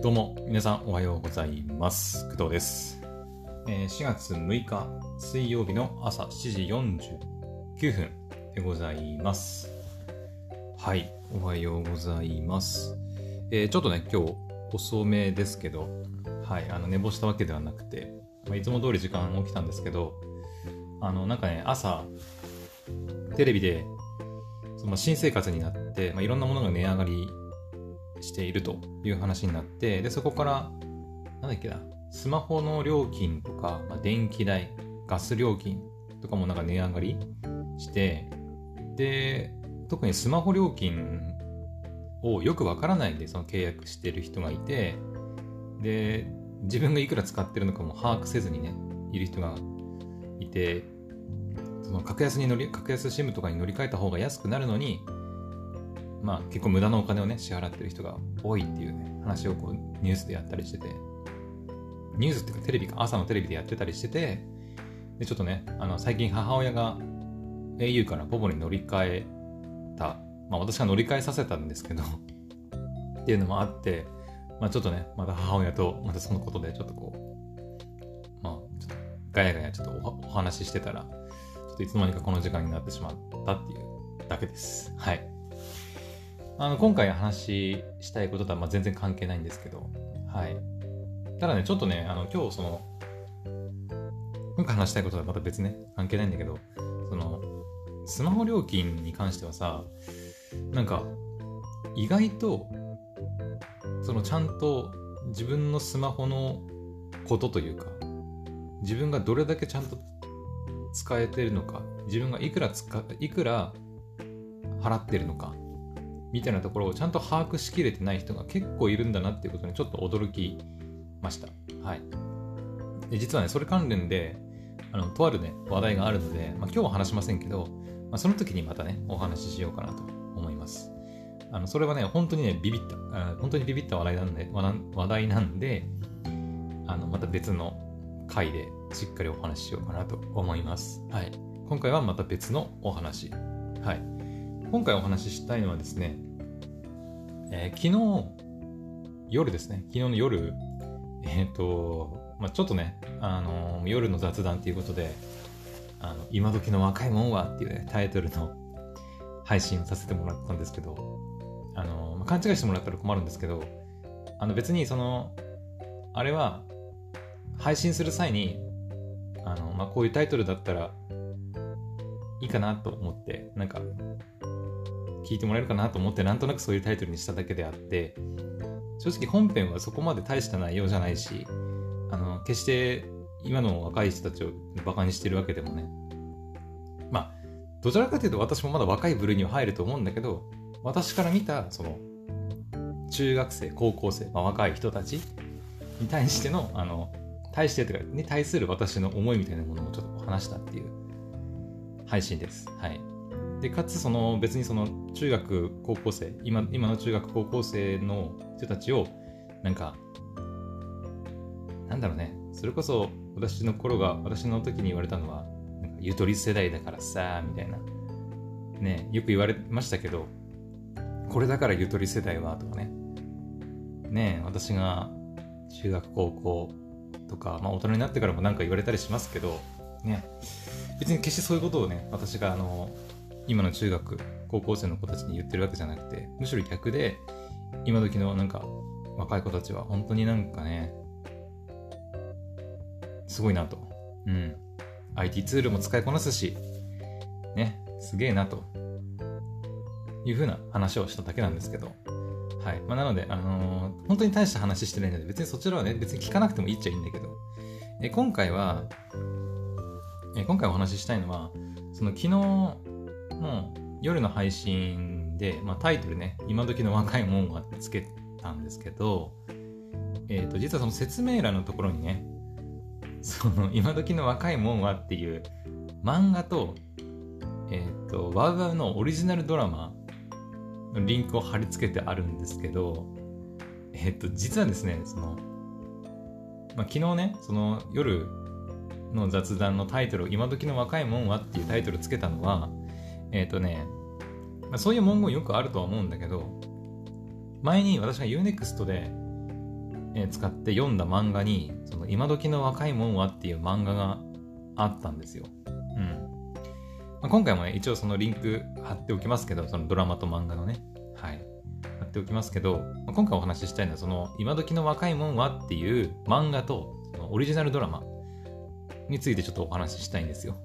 どうも皆さんおはようございます。工藤です。4月6日水曜日の朝7時49分でございます。はい、おはようございます。ちょっとね今日遅めですけど、はい、寝坊したわけではなくて、いつも通り時間起きたんですけど、なんかね朝テレビで新生活になって、いろんなものが値上がりしているという話になって、でそこからスマホの料金とか、電気代、ガス料金とかもなんか値上がりして、で特にスマホ料金をよくわからないでその契約している人がいて、で自分がいくら使ってるのかも把握せずにねいる人がいて、その格安SIM とかに乗り換えた方が安くなるのに、結構無駄なお金をね支払ってる人が多いっていうね話をニュースでやったりしてて、ニュースっていうか朝のテレビでやってたりしてて、でちょっとね最近母親が au からポポに乗り換えた、私が乗り換えさせたんですけどっていうのもあって、ちょっとねまた母親とまたそのことでちょっとちょっとガヤガヤちょっとお話ししてたら、ちょっといつの間にかこの時間になってしまったっていうだけです。はい。今回話したいこととは全然関係ないんですけど、はい。ただね、ちょっとね、今日今回話したいこととはまた別ね、関係ないんだけど、スマホ料金に関してはさ、なんか、意外と、ちゃんと自分のスマホのことというか、自分がどれだけちゃんと使えてるのか、自分がいくら払ってるのか、みたいなところをちゃんと把握しきれてない人が結構いるんだなっていうことにちょっと驚きました。はい。で実はね、それ関連でとあるね話題があるので、今日は話しませんけど、その時にまたねお話ししようかなと思います。それはね本当にね本当にビビった話題なんで、また別の回でしっかりお話ししようかなと思います。はい。今回はまた別のお話。はい。今回お話ししたいのはですね、昨日の夜、ちょっとね、夜の雑談っていうことで、今時の若いもんはっていうね、タイトルの配信をさせてもらったんですけど、勘違いしてもらったら困るんですけど、別にあれは、配信する際に、こういうタイトルだったらいいかなと思って、聞いてもらえるかなと思ってなんとなくそういうタイトルにしただけであって、正直本編はそこまで大した内容じゃないし、決して今の若い人たちをバカにしてるわけでもね、どちらかというと私もまだ若い部類には入ると思うんだけど、私から見た中学生高校生、若い人たちに対してのに対する私の思いみたいなものをちょっと話したっていう配信です。はい。でかつ別に中学高校生今の中学高校生の人たちをそれこそ私の時に言われたのはゆとり世代だからさみたいなね、よく言われましたけど、これだからゆとり世代はとかね、私が中学高校とか、大人になってからも言われたりしますけどね、別に決してそういうことをね私が今の中学高校生の子たちに言ってるわけじゃなくて、むしろ逆で今時の若い子たちは本当にすごいなと、IT ツールも使いこなすしね、すげえなという風な話をしただけなんですけど、はい。なので本当に大した話してないので別にそちらはね別に聞かなくてもいいっちゃいいんだけど、今回お話ししたいのは昨日の夜の配信で、タイトルね、今時の若いもんはってつけたんですけど、実はその説明欄のところにね、今時の若いもんはっていう漫画と、ワウワウのオリジナルドラマのリンクを貼り付けてあるんですけど、実はですね、昨日ね、夜の雑談のタイトルを今時の若いもんはっていうタイトルつけたのは、そういう文言よくあるとは思うんだけど、前に私が Unext で使って読んだ漫画に、その今時の若いもんはっていう漫画があったんですよ。今回もね、一応そのリンク貼っておきますけど、そのドラマと漫画のね、はい、貼っておきますけど、今回お話ししたいのは、その今時の若いもんはっていう漫画と、そのオリジナルドラマについてちょっとお話ししたいんですよ。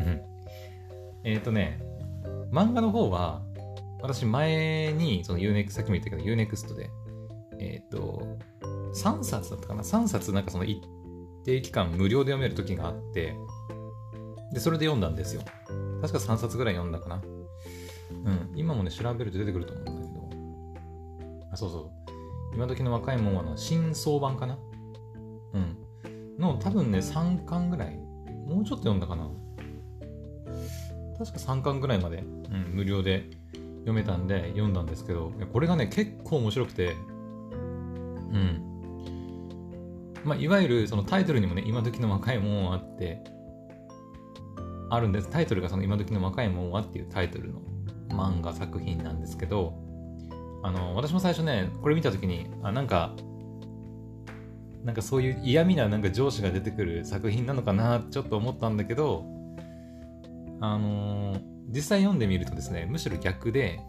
漫画の方は、私前にその Unext、さっきも言ったけど Unext で、3冊だったかな ?3 冊なんかその一定期間無料で読める時があって、で、それで読んだんですよ。確か3冊ぐらい読んだかな。今もね、調べると出てくると思うんだけど。そうそう。今時の若いもんは新装版かなの多分ね、3巻ぐらい。もうちょっと読んだかな。確か3巻ぐらいまで、無料で読めたんで読んだんですけど、これがね、結構面白くて、いわゆるそのタイトルにもね、今時の若いもんはあるんです。タイトルがその今時の若いもんはっていうタイトルの漫画作品なんですけど、私も最初ね、これ見たときに、なんかそういう嫌味ななんか上司が出てくる作品なのかなちょっと思ったんだけど、実際読んでみるとですね、むしろ逆で、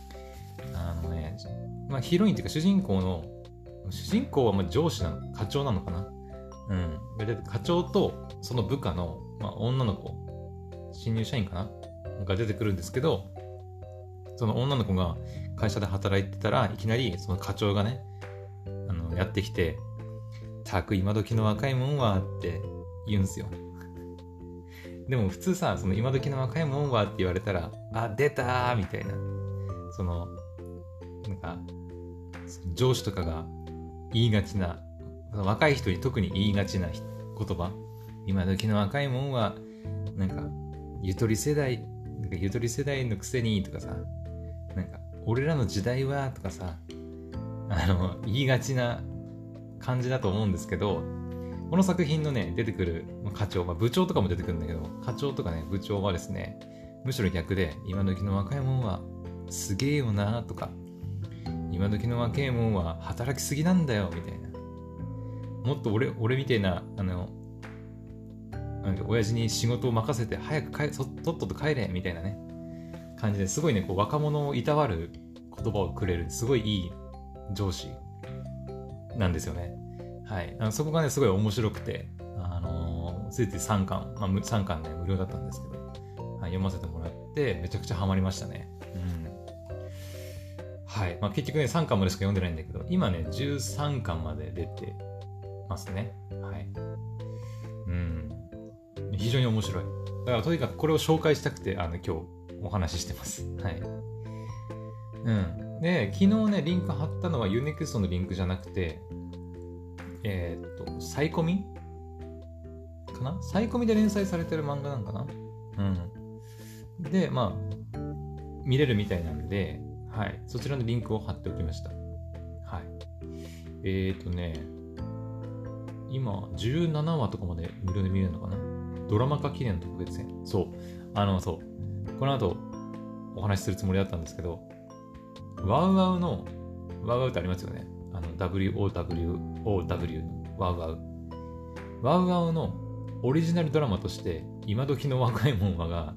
ヒロインっていうか主人公は上司なの、課長なのかな。課長とその部下の、女の子、新入社員かなが出てくるんですけど、その女の子が会社で働いてたらいきなりその課長がね、やってきて、たく今時の若いもんはって言うんすよ。でも普通さ、その今時の若いもんはって言われたら、出たーみたいな、そのなんか上司とかが言いがちな、若い人に特に言いがちな言葉、今時の若いもんはなんかゆとり世代のくせにとかさ、なんか俺らの時代はとかさ、言いがちな感じだと思うんですけど、この作品のね、出てくる課長、部長とかも出てくるんだけど、課長とかね、部長はですね、むしろ逆で、今時の若いもんはすげえよなとか、今時の若いもんは働きすぎなんだよみたいな、もっと俺みたいななんか親父に仕事を任せて早くとっとと帰れみたいなね感じで、すごいね、こう若者をいたわる言葉をくれるすごいいい上司なんですよね。はい、そこがねすごい面白くて、ついつい3巻、3巻ね無料だったんですけど、読ませてもらってめちゃくちゃハマりましたね。はい、結局ね3巻までしか読んでないんだけど、今ね13巻まで出てますね。はい。非常に面白い。だからとにかくこれを紹介したくて今日お話ししてます。はい。で、昨日ねリンク貼ったのは Unext のリンクじゃなくて、サイコミかな？サイコミで連載されてる漫画なんかな？で、見れるみたいなんで、はい、そちらのリンクを貼っておきました。はい。今、17話とかまで無料で見れるのかな？ドラマ化記念の特別編。そう。この後、お話しするつもりだったんですけど、ワウワウってありますよね。WOWOW のワウワウ。ワウワウのオリジナルドラマとして、今時の若いもんはが、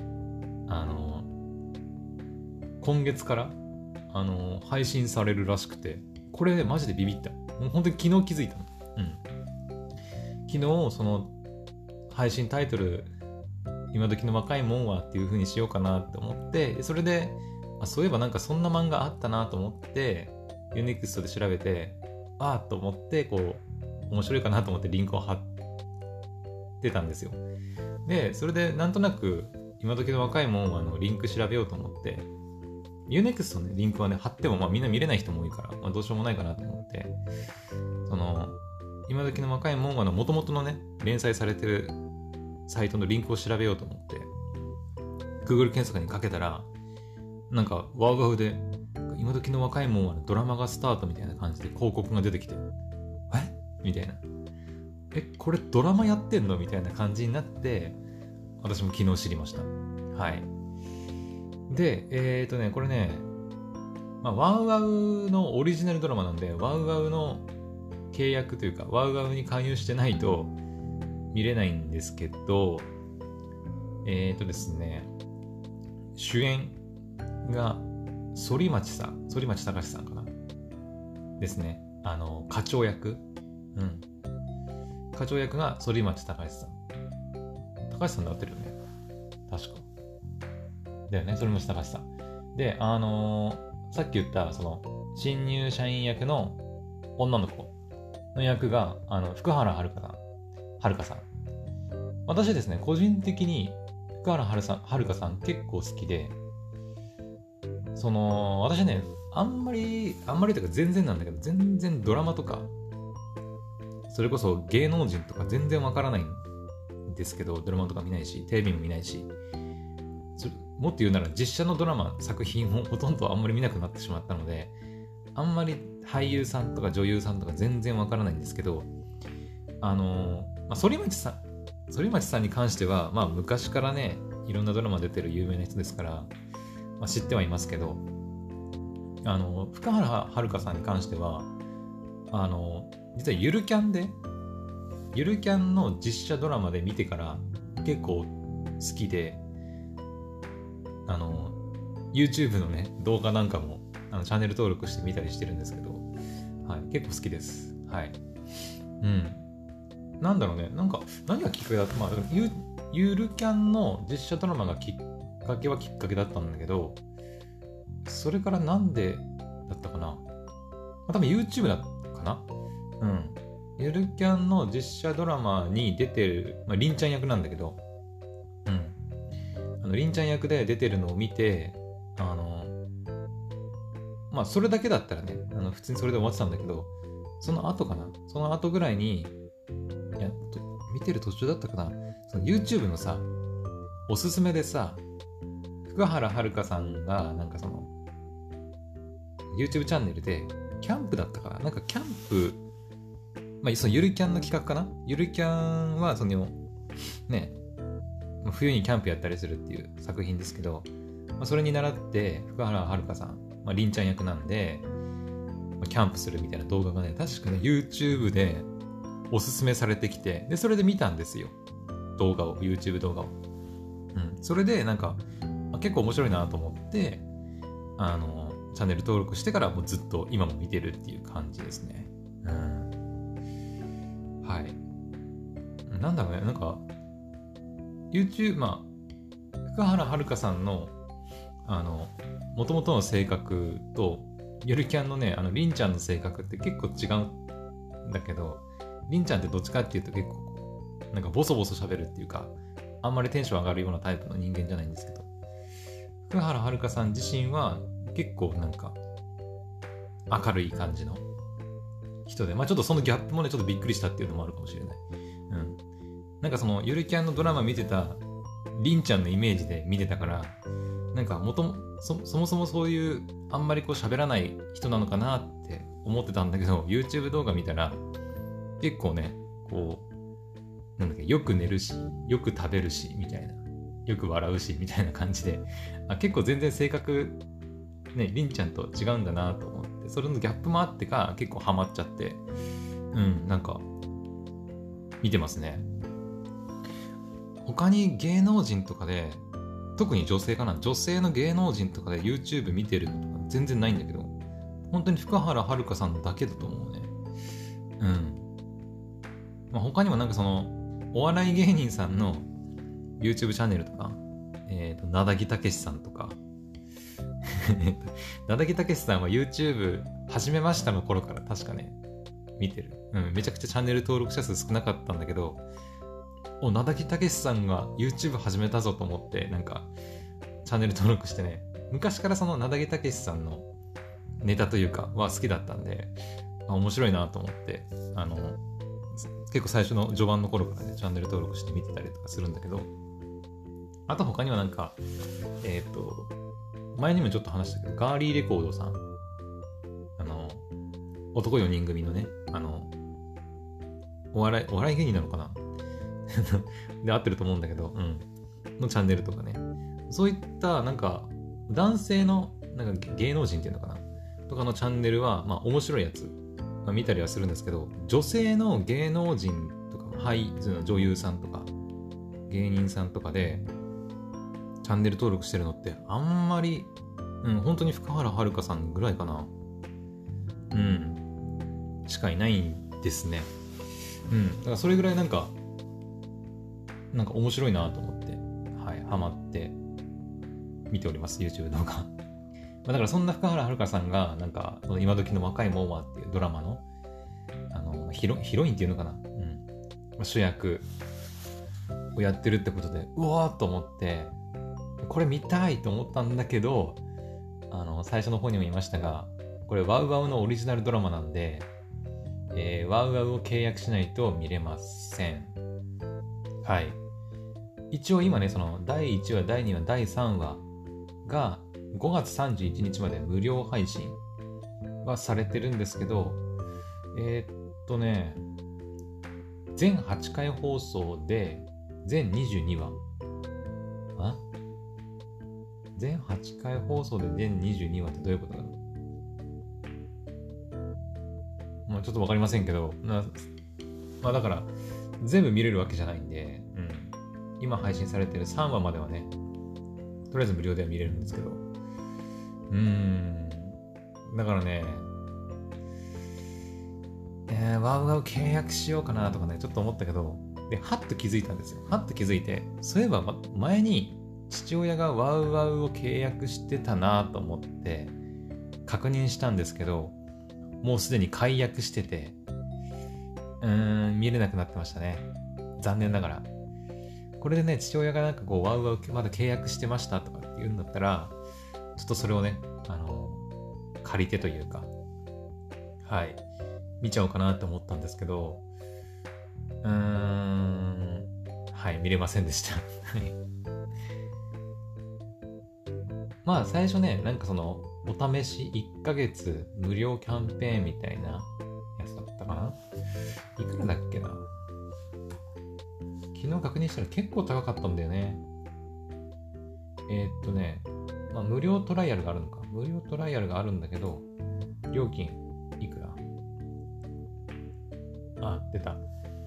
今月から、配信されるらしくて、これマジでビビった。もう本当に昨日気づいたの。昨日、その、配信タイトル、今時の若いもんはっていう風にしようかなって思って、それで、そういえばなんかそんな漫画あったなと思って、Unext で調べて、と思って、こう、面白いかなと思ってリンクを貼ってたんですよ。で、それでなんとなく、今時の若いもんはリンク調べようと思って、Unext の、リンクはね、貼ってもみんな見れない人も多いから、どうしようもないかなと思って、今時の若いもんは元々のね、連載されてるサイトのリンクを調べようと思って、Google 検索にかけたら、なんかワウワウで今時の若いもんはドラマがスタートみたいな感じで広告が出てきて、みたいな、これドラマやってんのみたいな感じになって、私も昨日知りました。はい。で、これね、ワウワウのオリジナルドラマなんで、ワウワウの契約というかワウワウに加入してないと見れないんですけど、ですね、主演が反町隆史さんかなですね。課長役、課長役が反町隆史さん。高橋さんで合ってるよね、確かだよね、反町隆史さんで、さっき言ったその新入社員役の女の子の役が福原遥さん。私ですね、個人的に福原遥さん結構好きで、私ね、あんまりというか全然なんだけど、全然ドラマとかそれこそ芸能人とか全然わからないんですけど、ドラマとか見ないしテレビも見ないし、もっと言うなら実写のドラマ作品もほとんどあんまり見なくなってしまったので、あんまり俳優さんとか女優さんとか全然わからないんですけど、反町さんに関しては、昔からねいろんなドラマ出てる有名な人ですから、知ってはいますけど、福原遥さんに関しては実はゆるキャンの実写ドラマで見てから結構好きで、YouTube のね動画なんかもチャンネル登録して見たりしてるんですけど、はい、結構好きです。はい。なんだろうね、なんか何がきっかけだった、ゆるキャンの実写ドラマがきっかけだったんだけど、それからなんでだったかな、多分 YouTube だったかな。ゆるキャンの実写ドラマに出てる、りんちゃん役なんだけど、りんちゃん役で出てるのを見て、それだけだったらね、普通にそれで終わってたんだけど、その後ぐらいに、見てる途中だったかな、その YouTube のさ、おすすめでさ、福原遥さんが、なんかその、YouTube チャンネルで、キャンプだったかな、なんかキャンプ、そのゆるキャンの企画かな、ゆるキャンは、その、ね、冬にキャンプやったりするっていう作品ですけど、それに倣って福原遥さん、りんちゃん役なんで、キャンプするみたいな動画がね、確かね YouTube でおすすめされてきて、でそれで見たんですよ、YouTube 動画を。それでなんか結構面白いなと思って、チャンネル登録してからもうずっと今も見てるっていう感じですね。はい。なんだろうね、なんか YouTube、福原遥さんの元々の性格とゆるキャンのね、りんちゃんの性格って結構違うんだけど、りんちゃんってどっちかっていうと結構なんかボソボソ喋るっていうか、あんまりテンション上がるようなタイプの人間じゃないんですけど、福原遥さん自身は結構なんか明るい感じの人で、ちょっとそのギャップもねちょっとびっくりしたっていうのもあるかもしれない。なんかそのゆるキャンのドラマ見てたりんちゃんのイメージで見てたから、なんかそもそもそういうあんまりこう喋らない人なのかなって思ってたんだけど、 YouTube 動画見たら結構ね、こうなんだっけ、よく寝るしよく食べるしみたいな、よく笑うしみたいな感じで、結構全然性格ねりんちゃんと違うんだなと思って、それのギャップもあってか結構ハマっちゃって、なんか見てますね。他に芸能人とかで、特に女性の芸能人とかで YouTube 見てるのとか全然ないんだけど、本当に福原遥さんだけだと思うね。他にもなんかそのお笑い芸人さんの YouTube チャンネルとか、なだぎたけしさんとかなだぎたけしさんは YouTube 始めましたの頃から確かね見てる。めちゃくちゃチャンネル登録者数少なかったんだけど、なだぎたけしさんが YouTube 始めたぞと思って、なんかチャンネル登録してね、昔からそのなだぎたけしさんのネタというかは好きだったんで、面白いなと思って、結構最初の序盤の頃からねチャンネル登録して見てたりとかするんだけど、あと他にはなんか前にもちょっと話したけど、ガーリーレコードさん、男4人組のね、お笑い芸人なのかなで合ってると思うんだけど、のチャンネルとかね、そういったなんか男性のなんか芸能人っていうのかなとかのチャンネルは面白いやつ見たりはするんですけど、女性の芸能人とか、女優さんとか、芸人さんとかで、チャンネル登録してるのって、あんまり、本当に福原遥さんぐらいかな。しかいないんですね。だからそれぐらいなんか面白いなと思って、ハマって見ております、YouTube 動画。だからそんな福原遥さんが、今時の若いモーマーっていうドラマの、ヒロインっていうのかな、主役をやってるってことで、うわーっと思って、これ見たいと思ったんだけど、最初の方にも言いましたが、これワウワウのオリジナルドラマなんで、ワウワウを契約しないと見れません。はい。一応今ね、その第1話、第2話、第3話が5月31日まで無料配信はされてるんですけど、全8回放送で全22話。全8回放送で全22話ってどういうことだろう。ちょっとわかりませんけど、だから全部見れるわけじゃないんで、今配信されてる3話まではね、とりあえず無料では見れるんですけど、だからね、ワウワウ契約しようかなとかね、ちょっと思ったけど、で、はっと気づいたんですよ。はっと気づいて、そういえば前に父親がワウワウを契約してたなと思って確認したんですけど、もうすでに解約してて、見れなくなってましたね。残念ながら。これでね、父親がワウワウまだ契約してましたとかって言うんだったら、ちょっとそれをね、借りてというか、見ちゃおうかなと思ったんですけど、見れませんでした。まあ最初ね、お試し1ヶ月無料キャンペーンみたいなやつだったかな。いくらだっけな。昨日確認したら結構高かったんだよね。無料トライアルがあるのか。無料トライアルがあるんだけど、料金いくら？出た。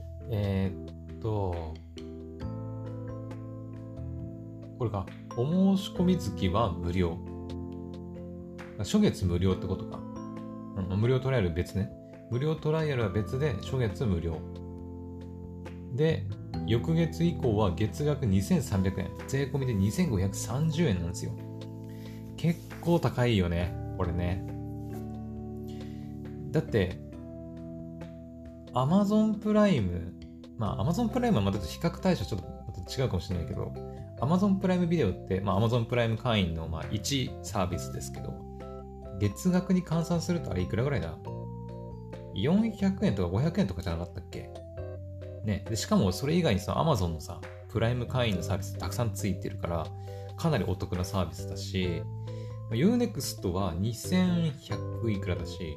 これか。お申し込み月は無料。初月無料ってことか。無料トライアル別ね。無料トライアルは別で初月無料。で、翌月以降は月額2300円。税込みで2530円なんですよ。結構高いよね。これね。だって、Amazon プライム、Amazon プライムはまた比較対象ちょっとまた違うかもしれないけど、Amazon プライムビデオって、Amazon プライム会員の1サービスですけど、月額に換算するとあれいくらぐらいだ ?400 円とか500円とかじゃなかったっけね。でしかもそれ以外にその Amazon のさ、プライム会員のサービスたくさんついてるから、かなりお得なサービスだし、Unext は2100いくらだし、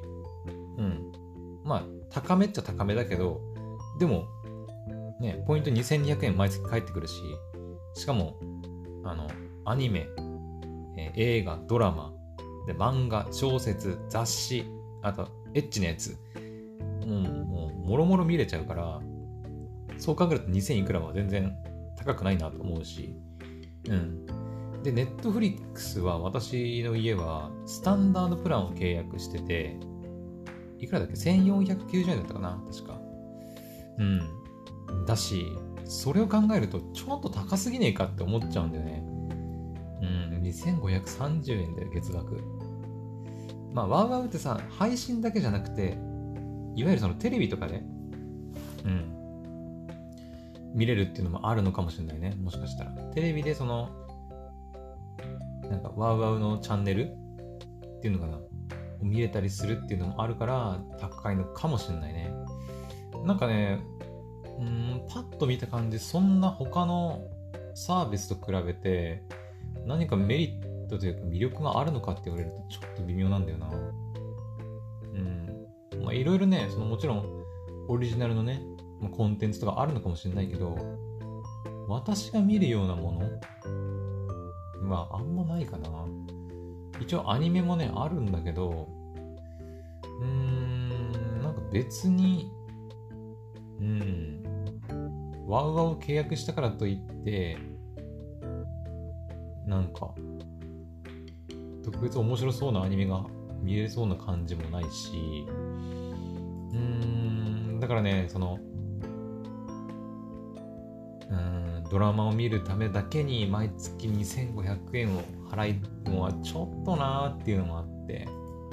高めっちゃ高めだけど、でも、ね、ポイント2200円毎月返ってくるし、しかも、アニメ、映画、ドラマ、で漫画、小説、雑誌、あと、エッチなやつ、もろもろ見れちゃうから、そう考えると2000いくらは全然高くないなと思うし、で、Netflix は私の家はスタンダードプランを契約してて、いくらだっけ ?1490 円だったかな確か。だし、それを考えるとちょっと高すぎねえかって思っちゃうんだよね。2530円だよ、月額。ワウワウってさ、配信だけじゃなくて、いわゆるそのテレビとかで、見れるっていうのもあるのかもしれないね。もしかしたら。テレビでその、ワウワウのチャンネルっていうのかな。見れたりするっていうのもあるから高いのかもしれないね。パッと見た感じ、そんな他のサービスと比べて何かメリットというか魅力があるのかって言われるとちょっと微妙なんだよな。いろいろね、もちろんオリジナルのね、コンテンツとかあるのかもしれないけど、私が見るようなものあんまないかな。一応アニメもね、あるんだけど、 別に、ワウワウ契約したからといって、なんか、特別面白そうなアニメが見れそうな感じもないし、だからね、ドラマを見るためだけに毎月2500円を払うのはちょっとなーっていうのもあって、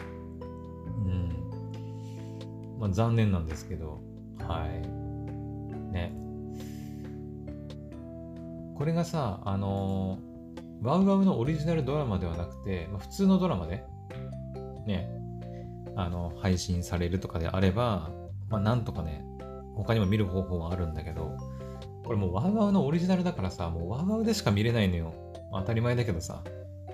残念なんですけど、はい。ね。これがさ、ワウワウのオリジナルドラマではなくて、普通のドラマで、ね、配信されるとかであれば、なんとかね、他にも見る方法はあるんだけど、これもうワウワウのオリジナルだからさ、もうワウワウでしか見れないのよ。当たり前だけどさ。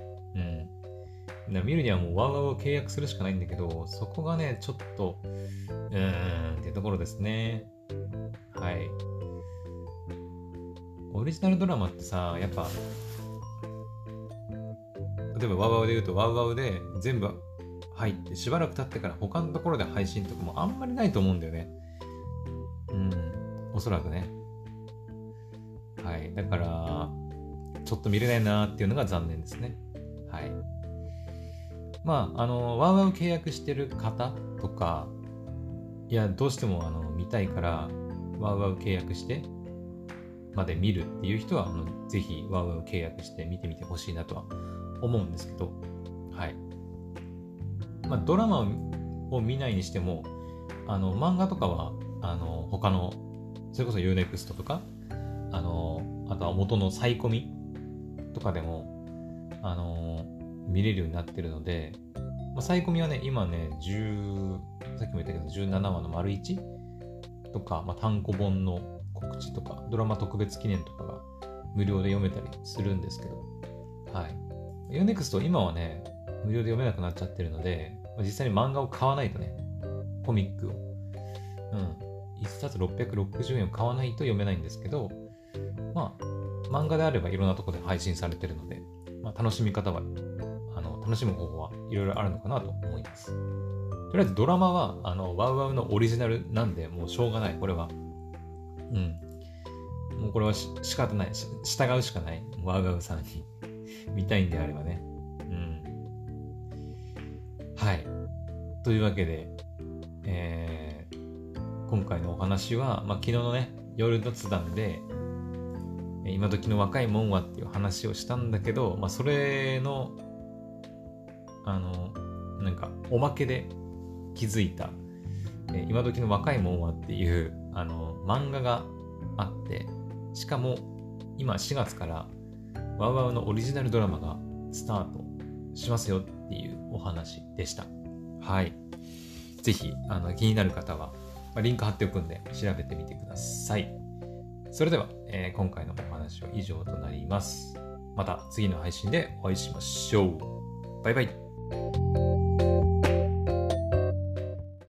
見るにはもうワウワウを契約するしかないんだけど、そこがね、ちょっと、ってところですね。はい。オリジナルドラマってさ、やっぱ、例えばワウワウで言うと、ワウワウで全部入ってしばらく経ってから他のところで配信とかもあんまりないと思うんだよね。おそらくね。はい。だから、ちょっと見れないなーっていうのが残念ですね。はい。ワウワウ契約してる方とか、いや、どうしても見たいから、ワウワウ契約してまで見るっていう人は、ぜひワウワウ契約して見てみてほしいなとは思うんですけど、はい。ドラマを見ないにしても、漫画とかは、他の、それこそ Unext とか、あとは元のサイコミとかでも、見れるようになってるので、サイコミはね、今ね、さっきも言ったけど、17話の丸1とか、単行本の告知とか、ドラマ特別記念とかが無料で読めたりするんですけど、はい。Unext 今はね、無料で読めなくなっちゃってるので、実際に漫画を買わないとね、コミックを。1冊660円を買わないと読めないんですけど、漫画であればいろんなところで配信されてるので、楽しみ方は、楽しむ方法はいろいろあるのかなと思います。とりあえずドラマは、ワウワウのオリジナルなんで、もうしょうがない、これは。もうこれは仕方ない。従うしかない。ワウワウさんに見たいんであればね。はい。というわけで、今回のお話は、昨日のね、夜雑談で、今時の若いもんはっていう話をしたんだけど、それの、なんか、おまけで気づいた、今時の若いもんはっていう、漫画があって、しかも、今4月から、ワウワウのオリジナルドラマがスタートしますよっていうお話でした。はい。ぜひ、気になる方は、リンク貼っておくんで調べてみてください。それでは、今回のお話は以上となります。また次の配信でお会いしましょう。バイバイ。